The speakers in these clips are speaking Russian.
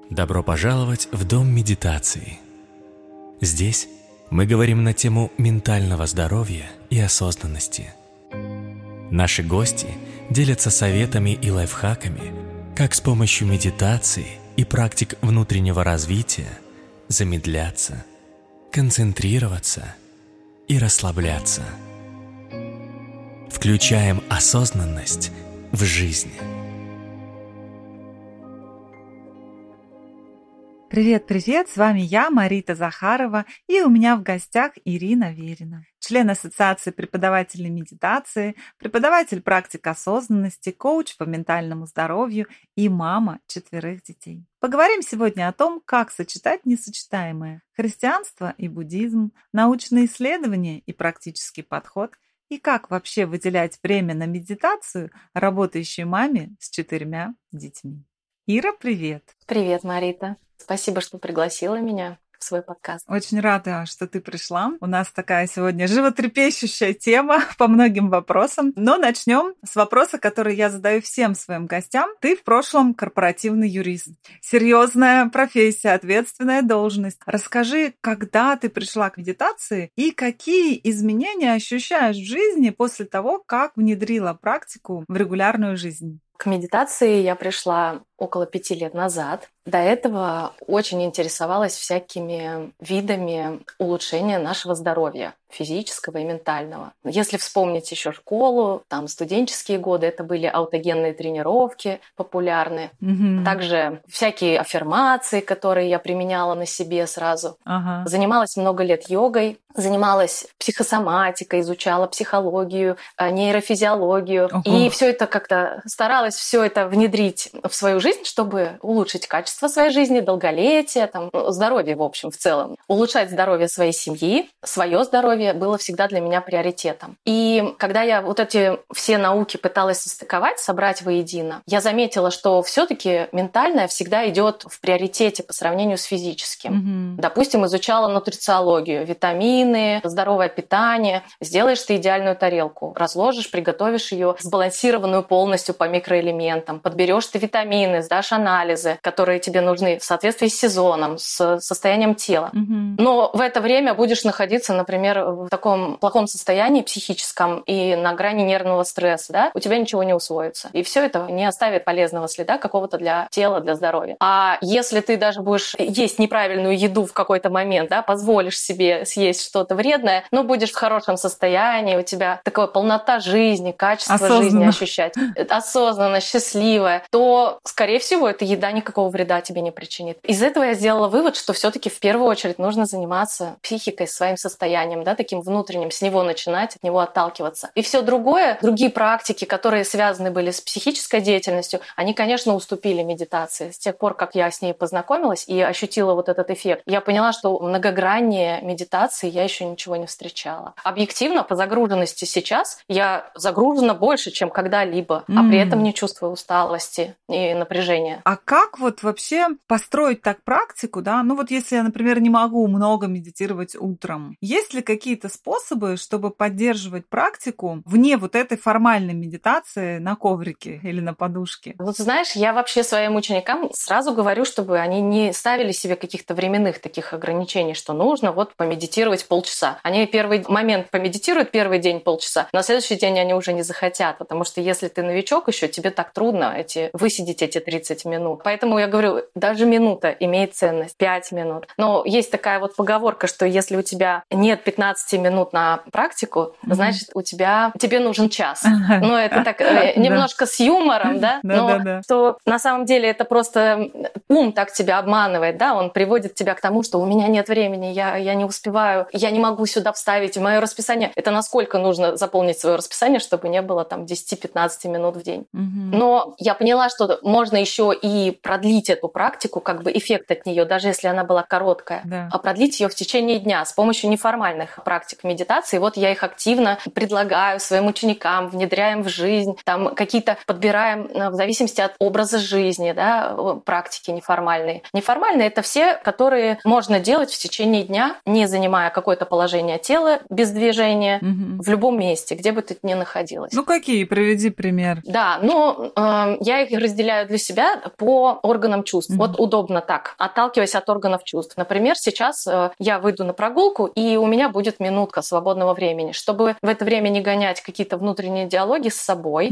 Добро пожаловать в Дом медитации. Здесь мы говорим на тему ментального здоровья и осознанности. Наши гости делятся советами и лайфхаками, как с помощью медитации и практик внутреннего развития замедляться, концентрироваться и расслабляться. Включаем осознанность в жизнь. Привет-привет, с вами я, Марита Захарова, и у меня в гостях Ирина Верина, член Ассоциации преподавателей медитации, преподаватель практик осознанности, коуч по ментальному здоровью и мама 4 детей. Поговорим сегодня о том, как сочетать несочетаемое: христианство и буддизм, научные исследования и практический подход, и как вообще выделять время на медитацию работающей маме с 4 детьми. Ира, привет! Привет, Марита! Спасибо, что пригласила меня в свой подкаст. Очень рада, что ты пришла. У нас такая сегодня животрепещущая тема по многим вопросам. Но начнем с вопроса, который я задаю всем своим гостям. Ты в прошлом корпоративный юрист. Серьезная профессия, ответственная должность. Расскажи, когда ты пришла к медитации и какие изменения ощущаешь в жизни после того, как внедрила практику в регулярную жизнь? К медитации я пришла около 5 лет назад. До этого очень интересовалась всякими видами улучшения нашего здоровья, физического и ментального. Если вспомнить еще школу, там студенческие годы, это были аутогенные тренировки популярны. Также всякие аффирмации, которые я применяла на себе сразу. Занималась много лет йогой, занималась психосоматикой, изучала психологию, нейрофизиологию. И все это как-то старалась все это внедрить в свою жизнь, чтобы улучшить качество своей жизни, долголетие, там, здоровье в общем, в целом. Улучшать здоровье своей семьи, свое здоровье было всегда для меня приоритетом. И когда я вот эти все науки пыталась состыковать, собрать воедино, я заметила, что все-таки ментальное всегда идет в приоритете по сравнению с физическим. Допустим, изучала нутрициологию, витамины, здоровое питание. Сделаешь ты идеальную тарелку, разложишь, приготовишь ее сбалансированную полностью по микроэлементам, подберешь ты витамины, сдашь анализы, которые тебе нужны в соответствии с сезоном, с состоянием тела. Но в это время будешь находиться, например, в таком плохом состоянии психическом и на грани нервного стресса, да? У тебя ничего не усвоится. И все это не оставит полезного следа какого-то для тела, для здоровья. А если ты даже будешь есть неправильную еду в какой-то момент, да, позволишь себе съесть что-то вредное, но будешь в хорошем состоянии, у тебя такая полнота жизни, качество жизни ощущать, осознанно, счастливая, то, скорее всего, эта еда никакого вреда тебе не причинит. Из этого я сделала вывод, что все-таки в первую очередь нужно заниматься психикой, своим состоянием, да, таким внутренним, с него начинать, от него отталкиваться. И все другое, другие практики, которые связаны были с психической деятельностью, они, конечно, уступили медитации. С тех пор, как я с ней познакомилась и ощутила вот этот эффект, я поняла, что многограннее медитации я еще ничего не встречала. Объективно, по загруженности сейчас я загружена больше, чем когда-либо, а при этом не чувствую усталости и напряжения. А как вот вообще построить так практику, да? Ну вот если я, например, не могу много медитировать утром, есть ли какие-то способы, чтобы поддерживать практику вне вот этой формальной медитации на коврике или на подушке? Вот знаешь, я вообще своим ученикам сразу говорю, чтобы они не ставили себе каких-то временных таких ограничений, что нужно вот помедитировать полчаса. Они первый момент помедитируют первый день полчаса, на следующий день они уже не захотят, потому что если ты новичок еще, тебе так трудно высидеть эти 30 минут. Поэтому я говорю, даже минута имеет ценность, 5 минут. Но есть такая вот поговорка, что если у тебя нет 15 минут на практику, значит, тебе нужен час. Но это так немножко с юмором, да? Но что на самом деле это просто ум так тебя обманывает, да? Он приводит тебя к тому, что у меня нет времени, я не успеваю, я не могу сюда вставить в мое расписание. Это насколько нужно заполнить свое расписание, чтобы не было там 10-15 минут в день. Но я поняла, что можно еще и продлить эту практику, как бы эффект от нее, даже если она была короткая, а продлить ее в течение дня с помощью неформальных практик медитации. Вот я их активно предлагаю своим ученикам, внедряем в жизнь, там какие-то подбираем в зависимости от образа жизни, да, практики неформальные. Неформальные — это все, которые можно делать в течение дня, не занимая какое-то положение тела, без движения, в любом месте, где бы ты ни находилась. Ну какие? Приведи пример. Да, я их разделяю для себя по органам чувств. Вот удобно так, отталкиваясь от органов чувств. Например, сейчас я выйду на прогулку, и у меня будет минутка свободного времени. Чтобы в это время не гонять какие-то внутренние диалоги с собой,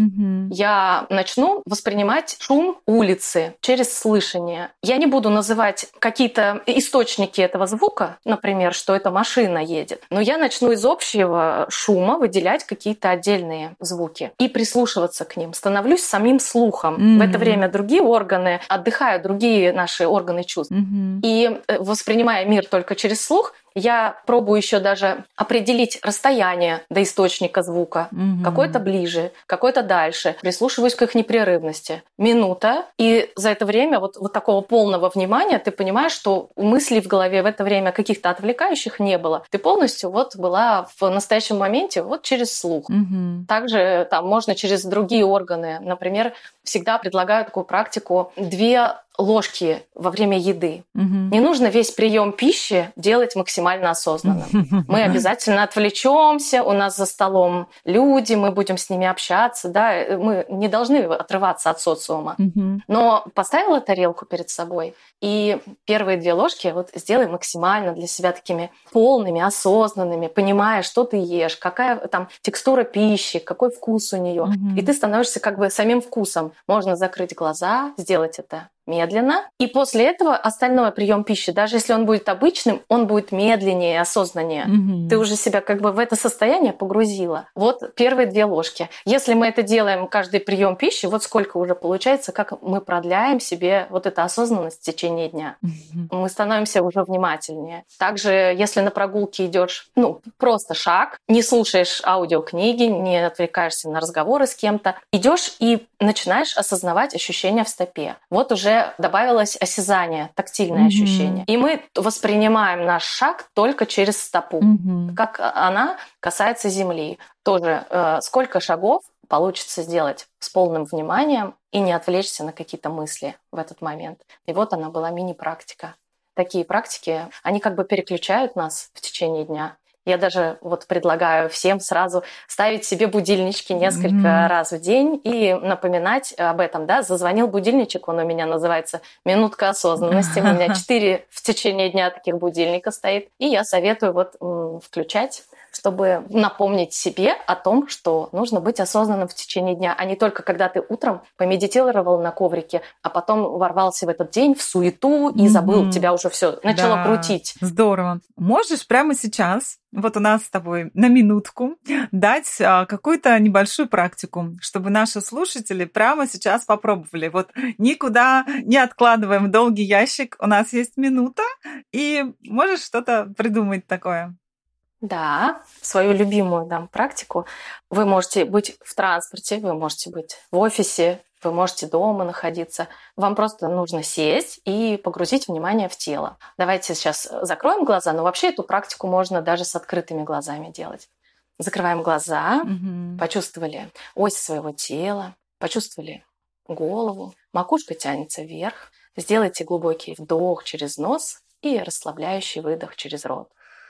я начну воспринимать шум улицы через слышание. Я не буду называть какие-то источники этого звука, например, что это машина едет, но я начну из общего шума выделять какие-то отдельные звуки и прислушиваться к ним. Становлюсь самим слухом. В это время другие органы отдыхают, другие наши органы чувств. И воспринимая мир только через слух, я пробую еще даже определить расстояние до источника звука. Какой-то ближе, какой-то дальше. Прислушиваюсь к их непрерывности. Минута. И за это время вот такого полного внимания ты понимаешь, что мыслей в голове в это время каких-то отвлекающих не было. Ты полностью вот была в настоящем моменте вот через слух. Также там можно через другие органы. Например, всегда предлагаю такую практику 2 ложки во время еды. Не нужно весь прием пищи делать максимально осознанно. Мы обязательно отвлечемся, у нас за столом люди, мы будем с ними общаться, да, мы не должны отрываться от социума. Но поставила тарелку перед собой, и первые 2 ложки вот сделай максимально для себя такими полными, осознанными, понимая, что ты ешь, какая там текстура пищи, какой вкус у нее. И ты становишься как бы самим вкусом. Можно закрыть глаза, сделать это медленно. И после этого остальной прием пищи, даже если он будет обычным, он будет медленнее, осознаннее. Ты уже себя как бы в это состояние погрузила. Вот первые 2 ложки. Если мы это делаем каждый прием пищи, вот сколько уже получается, как мы продляем себе вот эту осознанность в течение дня. Мы становимся уже внимательнее. Также, если на прогулке идешь, просто шаг, не слушаешь аудиокниги, не отвлекаешься на разговоры с кем-то, идешь и начинаешь осознавать ощущения в стопе. Вот уже добавилось осязание, тактильное ощущение. И мы воспринимаем наш шаг только через стопу, как она касается земли. Тоже сколько шагов получится сделать с полным вниманием и не отвлечься на какие-то мысли в этот момент. И вот она была мини-практика. Такие практики, они как бы переключают нас в течение дня. Я даже вот предлагаю всем сразу ставить себе будильнички несколько раз в день и напоминать об этом. Да? Зазвонил будильничек, он у меня называется «Минутка осознанности». У меня 4 в течение дня таких будильника стоит. И я советую вот включать, чтобы напомнить себе о том, что нужно быть осознанным в течение дня, а не только когда ты утром помедитировал на коврике, а потом ворвался в этот день в суету и забыл, тебя уже все начало крутить. Здорово. Можешь прямо сейчас, вот у нас с тобой на минутку, дать какую-то небольшую практику, чтобы наши слушатели прямо сейчас попробовали. Вот никуда не откладываем в долгий ящик, у нас есть минута, и можешь что-то придумать такое? Да, свою любимую дам практику. Вы можете быть в транспорте, вы можете быть в офисе, вы можете дома находиться. Вам просто нужно сесть и погрузить внимание в тело. Давайте сейчас закроем глаза, но вообще эту практику можно даже с открытыми глазами делать. Закрываем глаза, почувствовали ось своего тела, почувствовали голову, макушка тянется вверх. Сделайте глубокий вдох через нос и расслабляющий выдох через рот.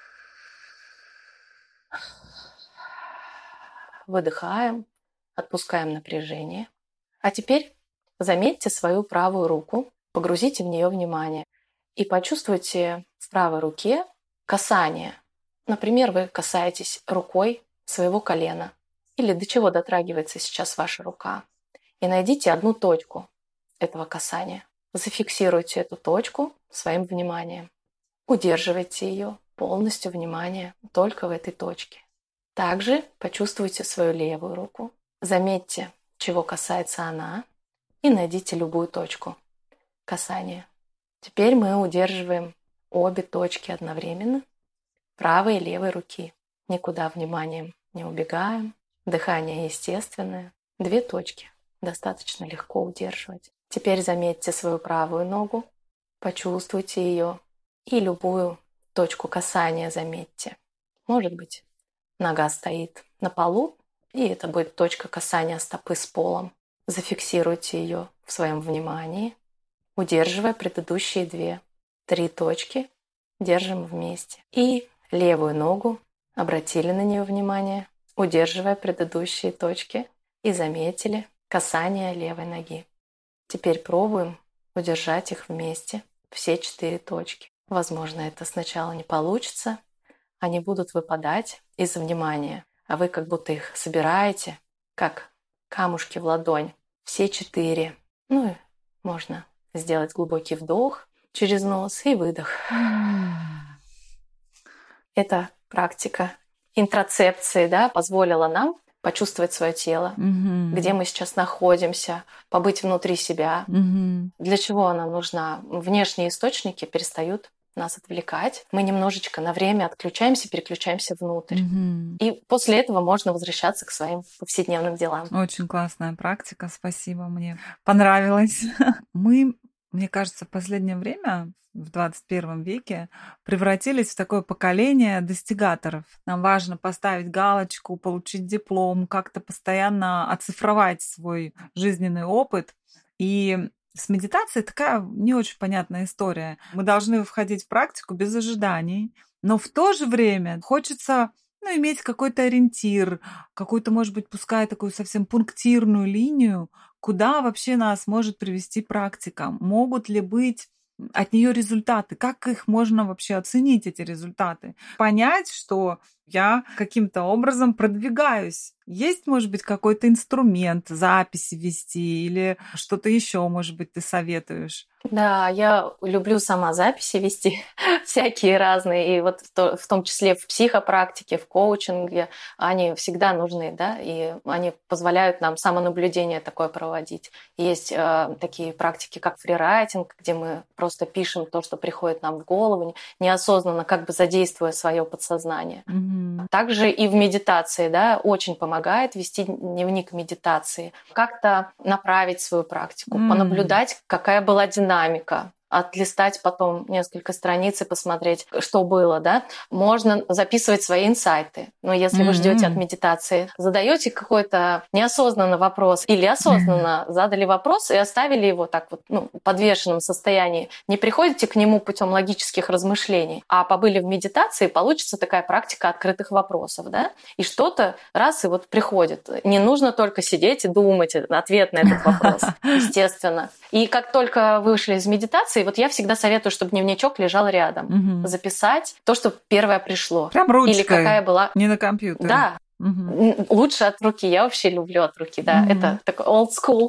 Выдыхаем, отпускаем напряжение. А теперь заметьте свою правую руку, погрузите в нее внимание и почувствуйте в правой руке касание. Например, вы касаетесь рукой своего колена или до чего дотрагивается сейчас ваша рука. И найдите одну точку этого касания. Зафиксируйте эту точку своим вниманием. Удерживайте ее полностью внимание только в этой точке. Также почувствуйте свою левую руку. Заметьте, чего касается она, и найдите любую точку касания. Теперь мы удерживаем обе точки одновременно, правой и левой руки. Никуда вниманием не убегаем. Дыхание естественное. 2 точки достаточно легко удерживать. Теперь заметьте свою правую ногу, почувствуйте ее и любую точку касания заметьте. Может быть, нога стоит на полу, и это будет точка касания стопы с полом. Зафиксируйте ее в своем внимании, удерживая предыдущие 2-3 точки. Держим вместе. И левую ногу обратили на нее внимание, удерживая предыдущие точки и заметили касание левой ноги. Теперь пробуем удержать их вместе, все 4 точки. Возможно, это сначала не получится, они будут выпадать из-за внимания, а вы как будто их собираете, как камушки в ладонь. Все 4. Ну и можно сделать глубокий вдох через нос и выдох. Эта практика интроцепции, да, позволила нам почувствовать свое тело, где мы сейчас находимся, побыть внутри себя. Для чего она нужна? Внешние источники перестают нас отвлекать. Мы немножечко на время отключаемся, переключаемся внутрь. И после этого можно возвращаться к своим повседневным делам. Очень классная практика, спасибо, мне понравилось. Мы, мне кажется, в последнее время, в 21 веке, превратились в такое поколение достигаторов. Нам важно поставить галочку, получить диплом, как-то постоянно оцифровать свой жизненный опыт. И с медитацией такая не очень понятная история. Мы должны входить в практику без ожиданий, но в то же время хочется иметь какой-то ориентир, какую-то, может быть, пускай такую совсем пунктирную линию, куда вообще нас может привести практика. Могут ли быть от нее результаты? Как их можно вообще оценить, эти результаты? Понять, что я каким-то образом продвигаюсь. Есть, может быть, какой-то инструмент, записи вести или что-то еще, может быть, ты советуешь? Да, я люблю сама записи вести, всякие разные, и вот в том числе в психопрактике, в коучинге, они всегда нужны, да, и они позволяют нам самонаблюдение такое проводить. Есть такие практики, как фрирайтинг, где мы просто пишем то, что приходит нам в голову, неосознанно как бы задействуя свое подсознание. Также и в медитации, да, очень помогает вести дневник медитации, как-то направить свою практику, понаблюдать, какая была динамика, отлистать потом несколько страниц и посмотреть, что было, да. Можно записывать свои инсайты. Но если вы ждете от медитации, задаете какой-то неосознанный вопрос или осознанно задали вопрос и оставили его так вот, в подвешенном состоянии, не приходите к нему путем логических размышлений, а побыли в медитации, получится такая практика открытых вопросов, да. И что-то раз и вот приходит. Не нужно только сидеть и думать ответ на этот вопрос, естественно. И как только вышли из медитации, вот я всегда советую, чтобы дневничок лежал рядом. Записать то, что первое пришло. Прям ручкой. Или какая была... Не на компьютере. Да. Лучше от руки. Я вообще люблю от руки, да. Это такой old school.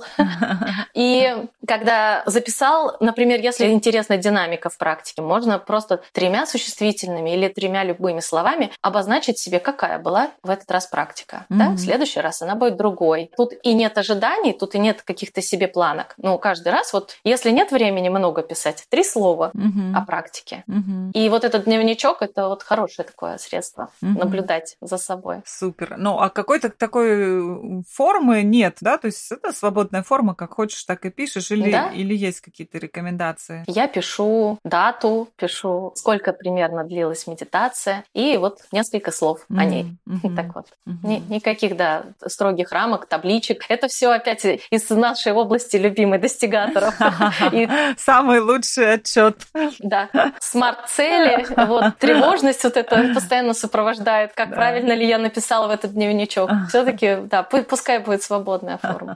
И когда записал, например, если интересна динамика в практике, можно просто 3 существительными или 3 любыми словами обозначить себе, какая была в этот раз практика. Да? В следующий раз она будет другой. Тут и нет ожиданий, тут и нет каких-то себе планок. Но каждый раз, вот если нет времени много писать, 3 слова о практике. И вот этот дневничок — это вот хорошее такое средство наблюдать за собой. Супер. Ну, а какой-то такой формы нет, да? То есть это свободная форма, как хочешь, так и пишешь, или есть какие-то рекомендации? Я пишу дату, пишу, сколько примерно длилась медитация, и вот несколько слов о ней. Так вот. Никаких, да, строгих рамок, табличек. Это все опять из нашей области любимой достигаторов. Самый лучший отчет. Да. Смарт-цели, вот, тревожность вот это постоянно сопровождает. Как правильно ли я написала в этот дневничок. Все-таки, да, пускай будет свободная форма.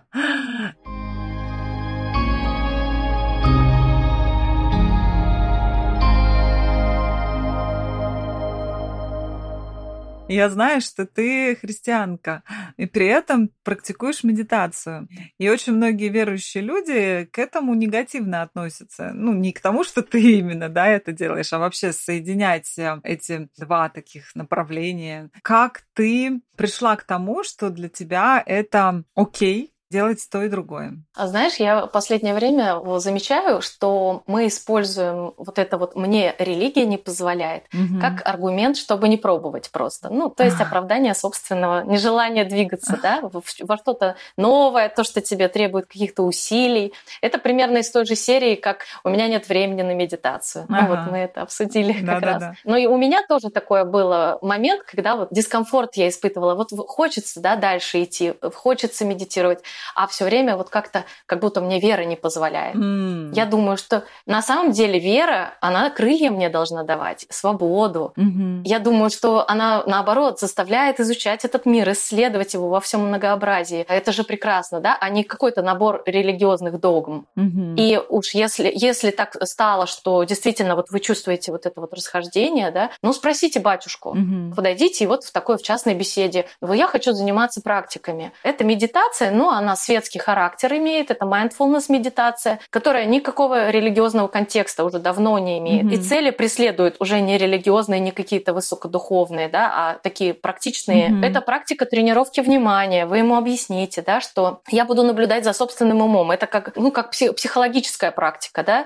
Я знаю, что ты христианка, и при этом практикуешь медитацию. И очень многие верующие люди к этому негативно относятся. Не к тому, что ты именно, да, это делаешь, а вообще соединять эти 2 таких направления. Как ты пришла к тому, что для тебя это окей делать то и другое? А знаешь, я в последнее время замечаю, что мы используем вот это вот «мне религия не позволяет» как аргумент, чтобы не пробовать просто. То есть оправдание собственного нежелания двигаться, да, во что-то новое, то, что тебе требует каких-то усилий. Это примерно из той же серии, как «у меня нет времени на медитацию». Вот мы это обсудили как раз. Но и у меня тоже такое было момент, когда вот дискомфорт я испытывала. Вот хочется, да, дальше идти, хочется медитировать. а все время вот как-то, как будто мне вера не позволяет. Я думаю, что на самом деле вера, она крылья мне должна давать, свободу. Я думаю, что она, наоборот, заставляет изучать этот мир, исследовать его во всем многообразии. Это же прекрасно, да? А не какой-то набор религиозных догм. И уж если так стало, что действительно вот вы чувствуете вот это вот расхождение, да, ну спросите батюшку, подойдите и вот в такой в частной беседе, я хочу заниматься практиками. Это медитация, но она светский характер имеет, это mindfulness медитация, которая никакого религиозного контекста уже давно не имеет. И цели преследуют уже не религиозные, не какие-то высокодуховные, да, а такие практичные. Это практика тренировки внимания. Вы ему объясните, да, что я буду наблюдать за собственным умом. Это как психологическая практика, да.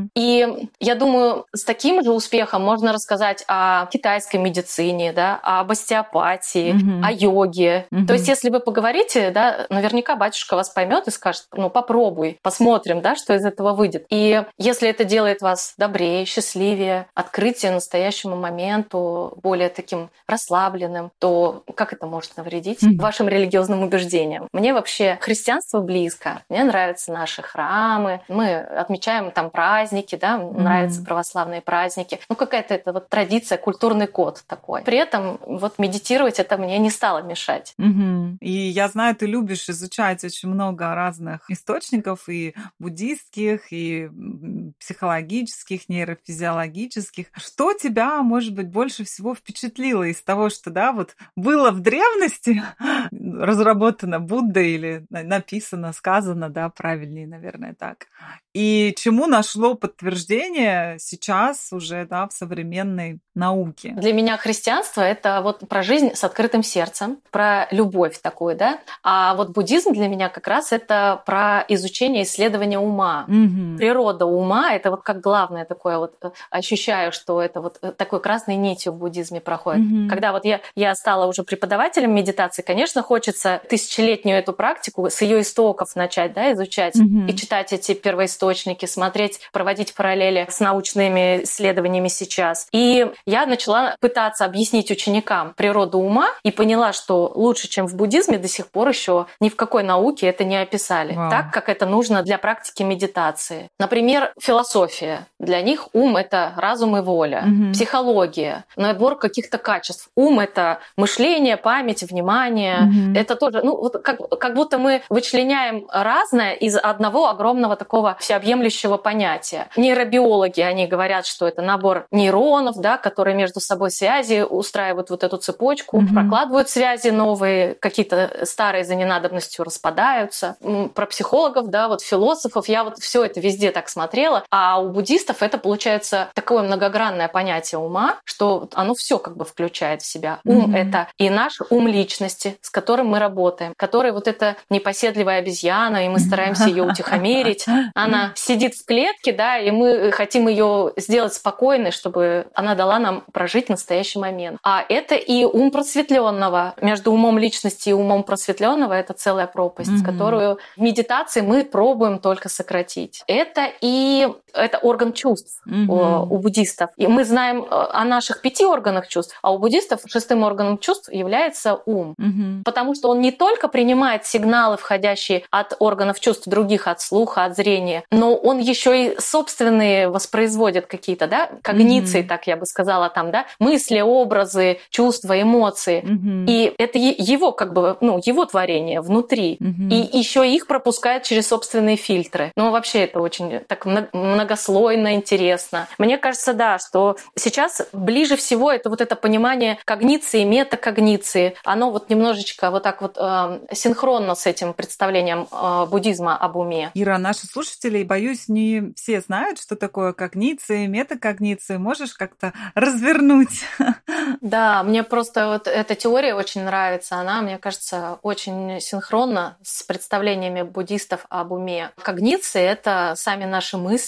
И я думаю, с таким же успехом можно рассказать о китайской медицине, да, об остеопатии, о йоге. То есть, если вы поговорите, да, наверняка батюшка вас поймет и скажет, попробуй, посмотрим, да, что из этого выйдет. И если это делает вас добрее, счастливее, открытие настоящему моменту, более таким расслабленным, то как это может навредить вашим религиозным убеждениям? Мне вообще христианство близко. Мне нравятся наши храмы. Мы отмечаем там праздники, да, нравятся православные праздники. Какая-то это вот традиция, культурный код такой. При этом вот медитировать это мне не стало мешать. И я знаю, ты любишь изучать очень много разных источников, и буддистских, и психологических, нейрофизиологических. Что тебя, может быть, больше всего впечатлило из того, что, да, вот было в древности разработано Буддой или написано, сказано, да, правильнее, наверное, так. И чему нашло подтверждение сейчас уже, да, в современной науке? Для меня христианство — это вот про жизнь с открытым сердцем, про любовь такую, да. А вот буддизм для меня как раз это про изучение, исследование ума. Природа ума — это вот как главное такое вот, ощущаю, что это вот такой красной нитью в буддизме проходит. Когда вот я стала уже преподавателем медитации, конечно, хочется тысячелетнюю эту практику с ее истоков начать, да, изучать и читать эти первоисточники, смотреть, проводить параллели с научными исследованиями сейчас. И я начала пытаться объяснить ученикам природу ума и поняла, что лучше, чем в буддизме, до сих пор еще ни в какой науке это не описали. Так, как это нужно для практики медитации. Например, философия. Для них ум — это разум и воля. Психология — набор каких-то качеств. Ум — это мышление, память, внимание. Это тоже, вот как будто мы вычленяем разное из одного огромного такого всеобъемлющего понятия. Нейробиологи, они говорят, что это набор нейронов, да, которые между собой связи устраивают вот эту цепочку, прокладывают связи новые, какие-то старые за ненадобностью распадаются. Про психологов, да, вот философов, я вот все это везде так смотрела, а у буддистов это получается такое многогранное понятие ума, что оно все как бы включает в себя. Ум — это и наш ум личности, с которым мы работаем, который вот эта непоседливая обезьяна, и мы стараемся ее утихомирить. Она сидит в клетке, да, и мы хотим ее сделать спокойной, чтобы она дала нам прожить настоящий момент. А это и ум просветленного. Между умом личности и умом просветленного это целая пропасть, которую в медитации мы пробуем только сократить. Это орган чувств у буддистов. И мы знаем о наших 5 органах чувств, а у буддистов 6-м органом чувств является ум. Потому что он не только принимает сигналы, входящие от органов чувств других, от слуха, от зрения, но он еще и собственные воспроизводит какие-то, да, когниции, так я бы сказала, там, да, мысли, образы, чувства, эмоции. И это его как бы, его творение внутри. И еще их пропускает через собственные фильтры. Вообще это очень так многослойно, интересно. Мне кажется, да, что сейчас ближе всего это вот это понимание когниции, метакогниции. Оно вот немножечко вот так вот синхронно с этим представлением буддизма об уме. Ира, наши слушатели, боюсь, не все знают, что такое когниция, метакогниция. Можешь как-то развернуть? Да, мне просто вот эта теория очень нравится. Она, мне кажется, очень синхронна с представлениями буддистов об уме. Когниция — это сами наши мысли,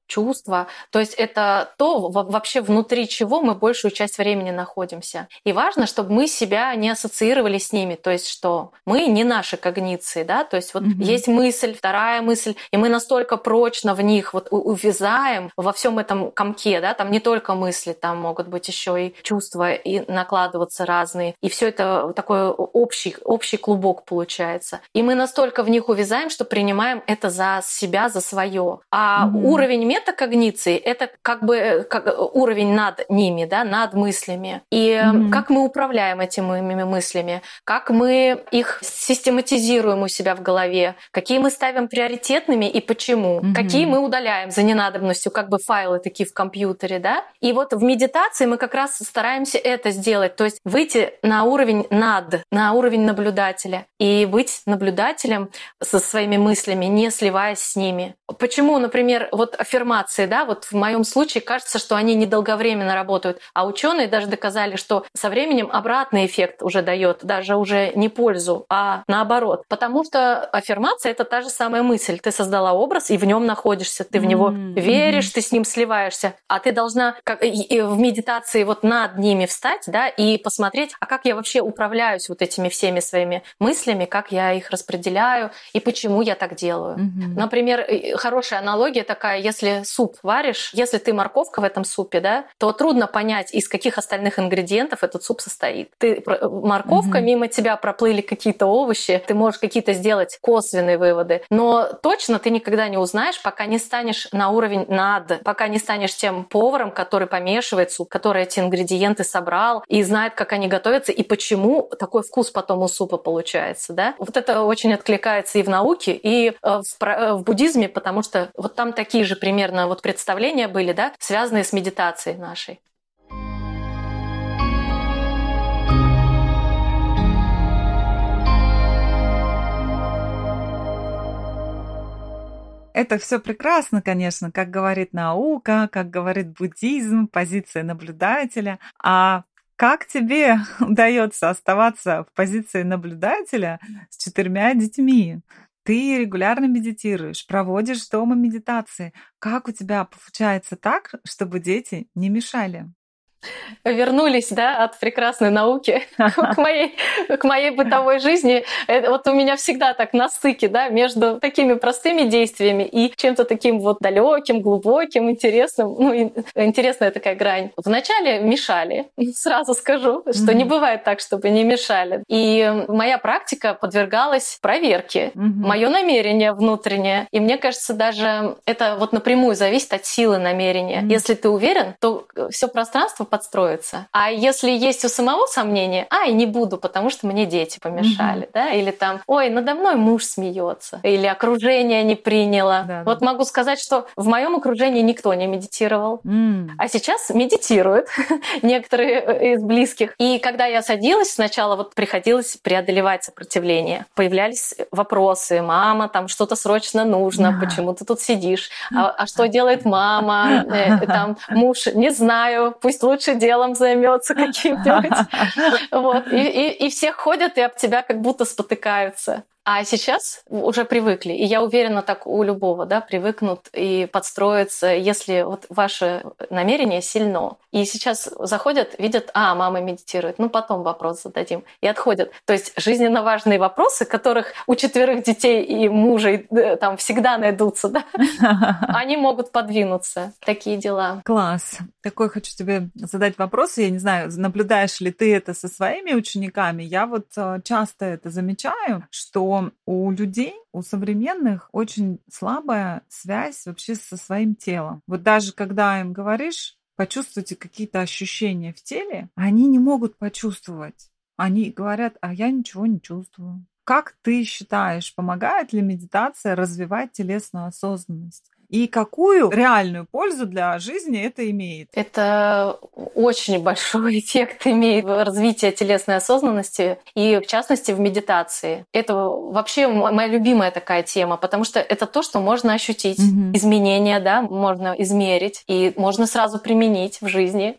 чувства. То есть это то вообще внутри чего мы большую часть времени находимся. И важно, чтобы мы себя не ассоциировали с ними. То есть что мы не наши когниции, да, то есть вот есть мысль, вторая мысль, и мы настолько прочно в них вот увязаем во всем этом комке, да, там не только мысли, там могут быть еще и чувства, и накладываться разные. И все это такой общий клубок получается. И мы настолько в них увязаем, что принимаем это за себя, за свое. А уровень метакогниции — это как бы уровень над ними, да, над мыслями. И как мы управляем этими мыслями, как мы их систематизируем у себя в голове, какие мы ставим приоритетными и почему, какие мы удаляем за ненадобностью, как бы файлы такие в компьютере, да. И вот в медитации мы как раз стараемся это сделать, то есть выйти на уровень на уровень наблюдателя и быть наблюдателем со своими мыслями, не сливаясь с ними. Почему, например, вот аффирмации, да, вот в моем случае кажется, что они недолговременно работают, а ученые даже доказали, что со временем обратный эффект уже дает, даже уже не пользу, а наоборот. Потому что аффирмация — это та же самая мысль. Ты создала образ, и в нем находишься, ты в него веришь, ты с ним сливаешься, а ты должна и в медитации вот над ними встать, да, и посмотреть, а как я вообще управляюсь вот этими всеми своими мыслями, как я их распределяю и почему я так делаю. Например, хорошая аналогия такая: если суп варишь, если ты морковка в этом супе, да, то трудно понять, из каких остальных ингредиентов этот суп состоит. Морковка, мимо тебя проплыли какие-то овощи, ты можешь какие-то сделать косвенные выводы, но точно ты никогда не узнаешь, пока не станешь на уровень пока не станешь тем поваром, который помешивает суп, который эти ингредиенты собрал и знает, как они готовятся и почему такой вкус потом у супа получается, да. Вот это очень откликается и в науке, и в буддизме, потому что вот там такие же примерно вот представления были, да, связанные с медитацией нашей. Это все прекрасно, конечно, как говорит наука, как говорит буддизм, позиция наблюдателя. А как тебе удается оставаться в позиции наблюдателя с 4 детьми? Ты регулярно медитируешь, проводишь дома медитации. Как у тебя получается так, чтобы дети не мешали? Вернулись, да, от прекрасной науки к моей бытовой жизни. Вот у меня всегда так на стыке, да, между такими простыми действиями и чем-то таким вот далеким, глубоким, интересным. Ну, интересная такая грань. Вначале мешали, сразу скажу, что не бывает так, чтобы не мешали. И моя практика подвергалась проверке, мое намерение внутреннее. И мне кажется, даже это вот напрямую зависит от силы намерения. Если ты уверен, то все пространство подстроиться. А если есть у самого сомнения, не буду, потому что мне дети помешали, да, или там, ой, надо мной муж смеется, или окружение не приняло. Да, вот могу сказать, что в моем окружении никто не медитировал, а сейчас медитируют некоторые из близких. И когда я садилась, сначала вот приходилось преодолевать сопротивление. Появлялись вопросы: мама, там что-то срочно нужно, почему ты тут сидишь? А что делает мама? Там муж, не знаю, пусть лучше делом займется каким-нибудь. Вот. И все ходят и об тебя как будто спотыкаются. А сейчас уже привыкли. И я уверена, так у любого, да, привыкнут и подстроятся, если вот ваше намерение сильно. И сейчас заходят, видят, мама медитирует, потом вопрос зададим. И отходят. То есть жизненно важные вопросы, которых у 4 детей и мужа там всегда найдутся, да, они могут подвинуться. Такие дела. Класс. Такой хочу тебе задать вопрос. Я не знаю, наблюдаешь ли ты это со своими учениками. Я вот часто это замечаю, что у людей, у современных очень слабая связь вообще со своим телом. Вот даже когда им говоришь, почувствуйте какие-то ощущения в теле, они не могут почувствовать. Они говорят, я ничего не чувствую. Как ты считаешь, помогает ли медитация развивать телесную осознанность? И какую реальную пользу для жизни это имеет? Это очень большой эффект имеет в развитии телесной осознанности и, в частности, в медитации. Это вообще моя любимая такая тема, потому что это то, что можно ощутить. Изменения, да, можно измерить и можно сразу применить в жизни.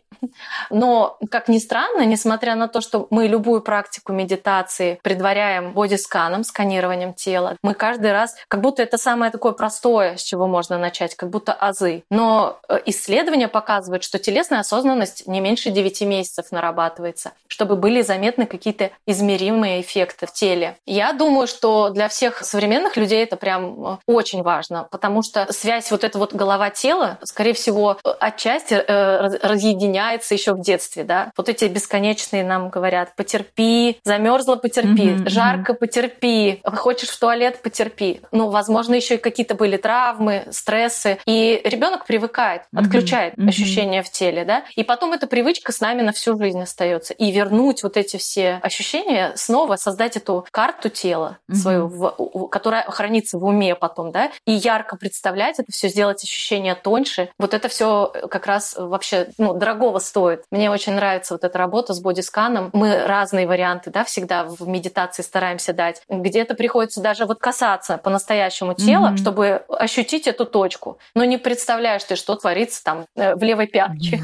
Но, как ни странно, несмотря на то, что мы любую практику медитации предваряем бодисканом, сканированием тела, мы каждый раз, как будто это самое такое простое, с чего можно можно начать, как будто азы. Но исследования показывают, что телесная осознанность не меньше 9 месяцев нарабатывается, чтобы были заметны какие-то измеримые эффекты в теле. Я думаю, что для всех современных людей это прям очень важно, потому что связь вот эта вот голова-тело, скорее всего, отчасти разъединяется еще в детстве, да. Вот эти бесконечные нам говорят: потерпи, замерзла, потерпи, жарко, потерпи, хочешь в туалет, потерпи. Ну, возможно, еще и какие-то были травмы, стрессы, и ребенок привыкает, отключает ощущения в теле, да, и потом эта привычка с нами на всю жизнь остается. И вернуть вот эти все ощущения, снова создать эту карту тела свою, которая хранится в уме потом, да, и ярко представлять это все, сделать ощущения тоньше. Вот это все как раз вообще, дорогого стоит. Мне очень нравится вот эта работа с бодисканом. Мы разные варианты, да, всегда в медитации стараемся дать. Где-то приходится даже вот касаться по-настоящему тела, чтобы ощутить эту точку. Но не представляешь ты, что творится там в левой пятке.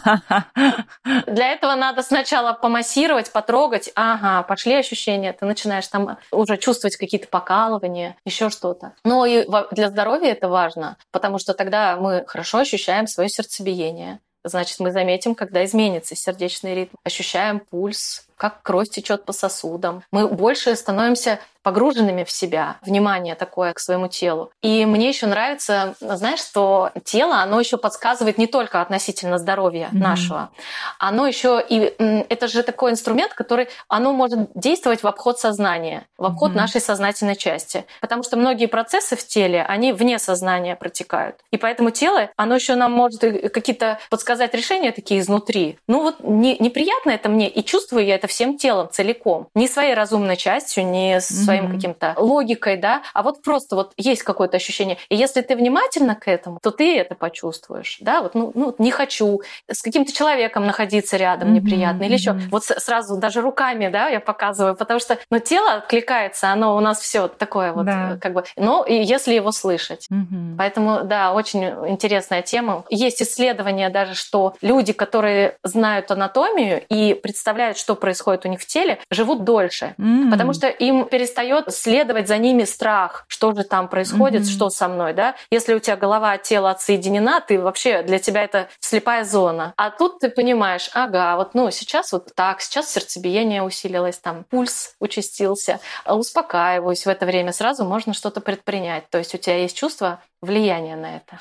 Для этого надо сначала помассировать, потрогать. Ага, пошли ощущения. Ты начинаешь там уже чувствовать какие-то покалывания, еще что-то. Но и для здоровья это важно, потому что тогда мы хорошо ощущаем свое сердцебиение. Значит, мы заметим, когда изменится сердечный ритм. Ощущаем пульс, как кровь течет по сосудам. Мы больше становимся погруженными в себя, внимание такое к своему телу. И мне еще нравится, знаешь, что тело, оно еще подсказывает не только относительно здоровья нашего, оно еще и это же такой инструмент, который оно может действовать в обход сознания, в обход нашей сознательной части, потому что многие процессы в теле, они вне сознания протекают, и поэтому тело, оно еще нам может какие-то подсказать решения такие изнутри. Ну вот неприятно это мне, и чувствую я это всем телом целиком, не своей разумной частью, не своим каким-то логикой, да, а вот просто вот есть какое-то ощущение. И если ты внимательно к этому, то ты это почувствуешь, да, вот, не хочу с каким-то человеком находиться рядом неприятно, или еще вот сразу даже руками, да, я показываю, потому что, тело откликается, оно у нас все такое вот, как бы, но и если его слышать. Поэтому, да, очень интересная тема. Есть исследования даже, что люди, которые знают анатомию и представляют, что происходит у них в теле, живут дольше, потому что им перестает следовать за ними страх, что же там происходит, что со мной, да. Если у тебя голова от тела отсоединена, ты вообще, для тебя это слепая зона. А тут ты понимаешь, ага, вот, сейчас вот так, сейчас сердцебиение усилилось, там, пульс участился, успокаиваюсь в это время, сразу можно что-то предпринять. То есть у тебя есть чувство влияния на это.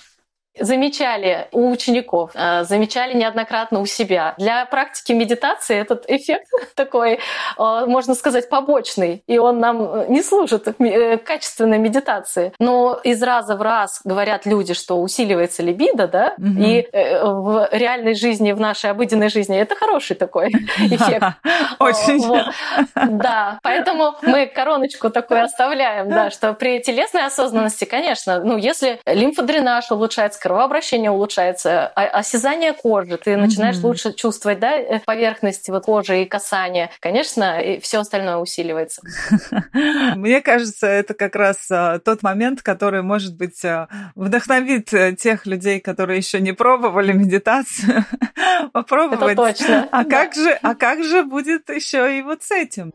Замечали у учеников, замечали неоднократно у себя. Для практики медитации этот эффект такой, можно сказать, побочный, и он нам не служит качественной медитации. Но из раза в раз говорят люди, что усиливается либидо, да, и в реальной жизни, в нашей обыденной жизни это хороший такой эффект. Очень. Да, поэтому мы короночку такую оставляем, да, что при телесной осознанности, конечно, если лимфодренаж улучшается, кровообращение улучшается, осязание кожи, ты начинаешь лучше чувствовать, да, поверхность кожи и касания. Конечно, и все остальное усиливается. Мне кажется, это как раз тот момент, который, может быть, вдохновит тех людей, которые еще не пробовали медитацию, попробовать. Это точно. А как же будет еще и вот с этим?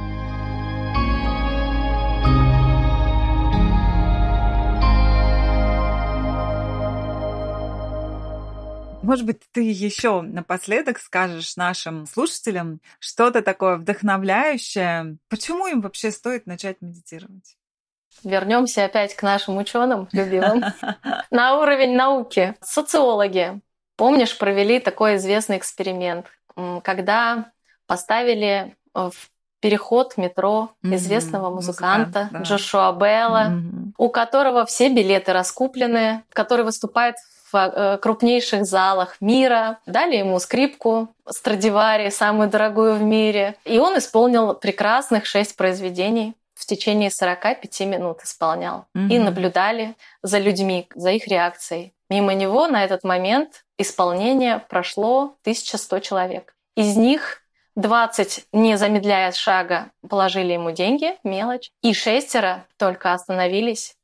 Может быть, ты еще напоследок скажешь нашим слушателям что-то такое вдохновляющее. Почему им вообще стоит начать медитировать? Вернемся опять к нашим ученым любимым. На уровень науки. Социологи, помнишь, провели такой известный эксперимент, когда поставили в переход метро известного музыканта Джошуа Белла, у которого все билеты раскуплены, который выступает в крупнейших залах мира. Дали ему скрипку Страдивари, самую дорогую в мире. И он исполнил прекрасных 6 произведений. В течение 45 минут исполнял. И наблюдали за людьми, за их реакцией. Мимо него на этот момент исполнения прошло 1100 человек. Из них 20, не замедляя шага, положили ему деньги, мелочь. И 6 только остановились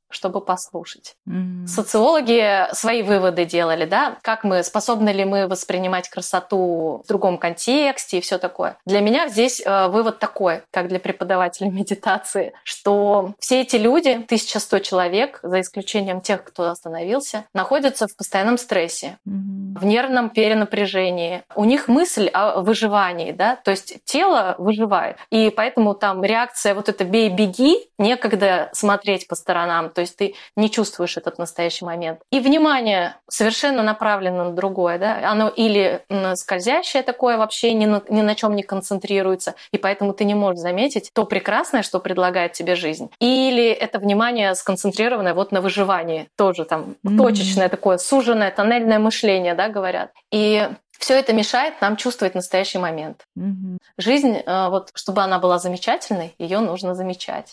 чтобы послушать. Мгм. Социологи свои выводы делали, да, способны ли мы воспринимать красоту в другом контексте и все такое. Для меня здесь вывод такой, как для преподавателя медитации, что все эти люди, 1100 человек, за исключением тех, кто остановился, находятся в постоянном стрессе, Мгм. в нервном перенапряжении. У них мысль о выживании, да, то есть тело выживает. И поэтому там реакция вот это «бей, беги», некогда смотреть по сторонам, то есть ты не чувствуешь этот настоящий момент. И внимание совершенно направлено на другое, да, оно или скользящее такое, вообще ни на чем не концентрируется, и поэтому ты не можешь заметить то прекрасное, что предлагает тебе жизнь. Или это внимание сконцентрированное вот на выживании, тоже там точечное такое, суженное, тоннельное мышление, да, говорят. И все это мешает нам чувствовать настоящий момент. Мгм. Жизнь, вот, чтобы она была замечательной, ее нужно замечать.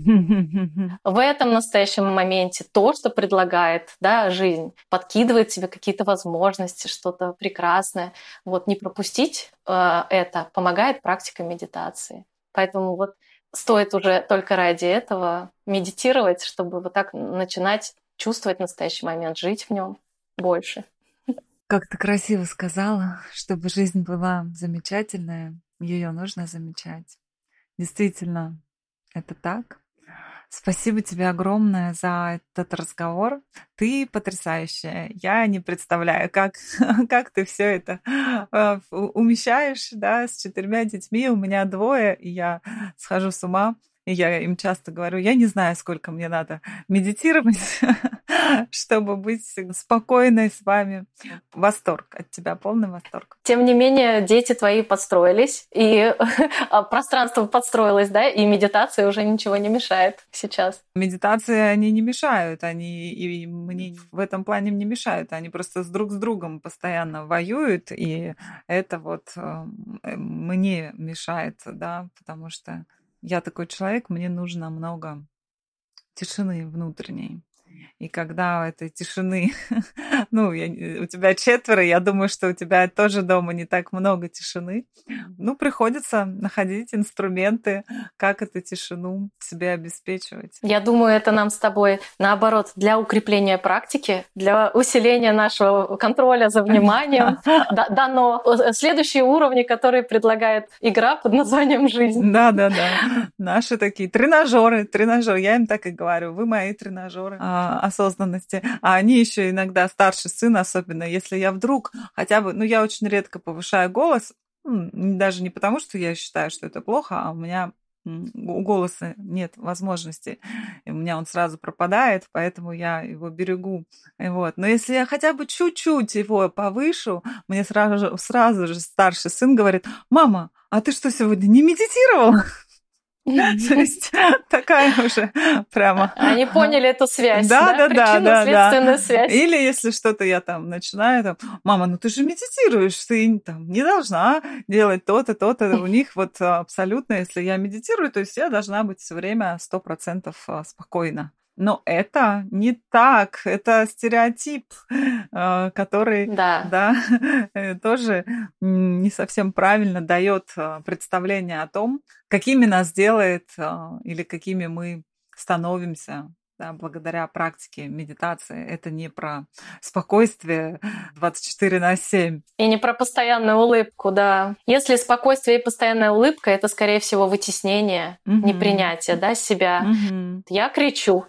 В этом настоящем моменте то, что предлагает, да, жизнь, подкидывает тебе какие-то возможности, что-то прекрасное. Вот не пропустить это помогает практика медитации. Поэтому вот стоит уже только ради этого медитировать, чтобы вот так начинать чувствовать настоящий момент, жить в нем больше. Как ты красиво сказала, чтобы жизнь была замечательная, ее нужно замечать. Действительно, это так. Спасибо тебе огромное за этот разговор. Ты потрясающая. Я не представляю, как, как ты все это умещаешь, да, с 4 детьми. У меня 2, и я схожу с ума. И я им часто говорю, я не знаю, сколько мне надо медитировать, чтобы быть спокойной с вами. Восторг от тебя, полный восторг. Тем не менее, дети твои подстроились, и пространство подстроилось, да, и медитация уже ничего не мешает сейчас. Медитации, они не мешают, они и мне в этом плане не мешают, они просто друг с другом постоянно воюют, и это вот мне мешает, да, потому что я такой человек, мне нужно много тишины внутренней. И когда этой тишины, ну, у тебя 4, я думаю, что у тебя тоже дома не так много тишины. Ну, приходится находить инструменты, как эту тишину себе обеспечивать. Я думаю, это нам с тобой, наоборот, для укрепления практики, для усиления нашего контроля за вниманием дано следующие уровни, которые предлагает игра под названием «Жизнь». Да. Наши такие тренажеры. Я им так и говорю, вы мои тренажеры осознанности. А они еще иногда, старший сын особенно, если я вдруг хотя бы, ну, я очень редко повышаю голос, даже не потому, что я считаю, что это плохо, а у меня у голоса нет возможности, и у меня он сразу пропадает, поэтому я его берегу. Вот. Но если я хотя бы чуть-чуть его повышу, мне сразу же старший сын говорит: мама, а ты что, сегодня не медитировал? То есть такая уже прямо... Они поняли эту связь, да? Причинно-следственную связь. Или если что-то я там начинаю, там, мама, ну ты же медитируешь, ты там не должна делать то-то, то-то. У них вот абсолютно, если я медитирую, то есть я должна быть все время 100% спокойна. Но это не так, это стереотип, который, да, тоже не совсем правильно дает представление о том, какими нас делает или какими мы становимся, да, благодаря практике медитации. Это не про спокойствие 24/7. И не про постоянную улыбку, да. Если спокойствие и постоянная улыбка, это, скорее всего, вытеснение, непринятие, да, себя. Я кричу,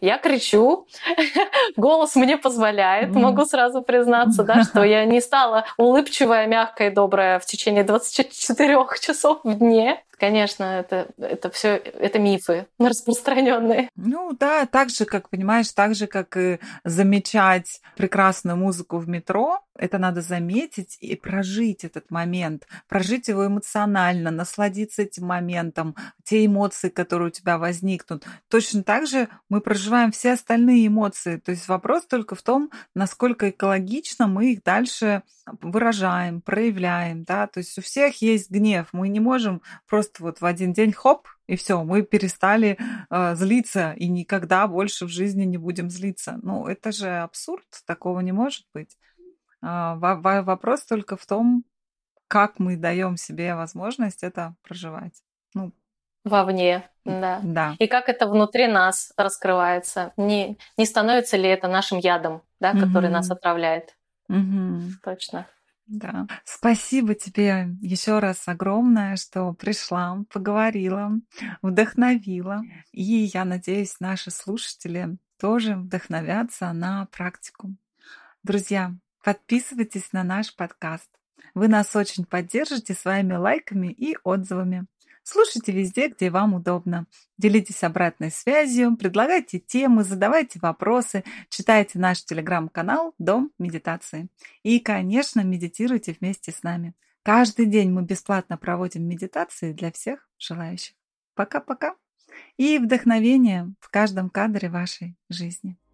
голос мне позволяет, могу сразу признаться, да, что я не стала улыбчивая, мягкая и добрая в течение 24 часов в дне. Конечно, это все это мифы распространенные. Ну да, так же, как, понимаешь, так же, как и замечать прекрасную музыку в метро, это надо заметить и прожить этот момент, прожить его эмоционально, насладиться этим моментом, те эмоции, которые у тебя возникнут. Точно так же мы проживаем все остальные эмоции. То есть вопрос только в том, насколько экологично мы их дальше выражаем, проявляем. Да? То есть у всех есть гнев. Мы не можем просто вот в один день хоп, и все, мы перестали злиться и никогда больше в жизни не будем злиться. Ну, это же абсурд, такого не может быть. Вопрос только в том, как мы даем себе возможность это проживать. Ну, вовне, да. Да. И как это внутри нас раскрывается. Не становится ли это нашим ядом, да, который нас отравляет. Точно. Да. Спасибо тебе еще раз огромное, что пришла, поговорила, вдохновила. И я надеюсь, наши слушатели тоже вдохновятся на практику. Друзья, подписывайтесь на наш подкаст. Вы нас очень поддержите своими лайками и отзывами. Слушайте везде, где вам удобно. Делитесь обратной связью, предлагайте темы, задавайте вопросы, читайте наш телеграм-канал «Дом медитации». И, конечно, медитируйте вместе с нами. Каждый день мы бесплатно проводим медитации для всех желающих. Пока-пока. И вдохновение в каждом кадре вашей жизни.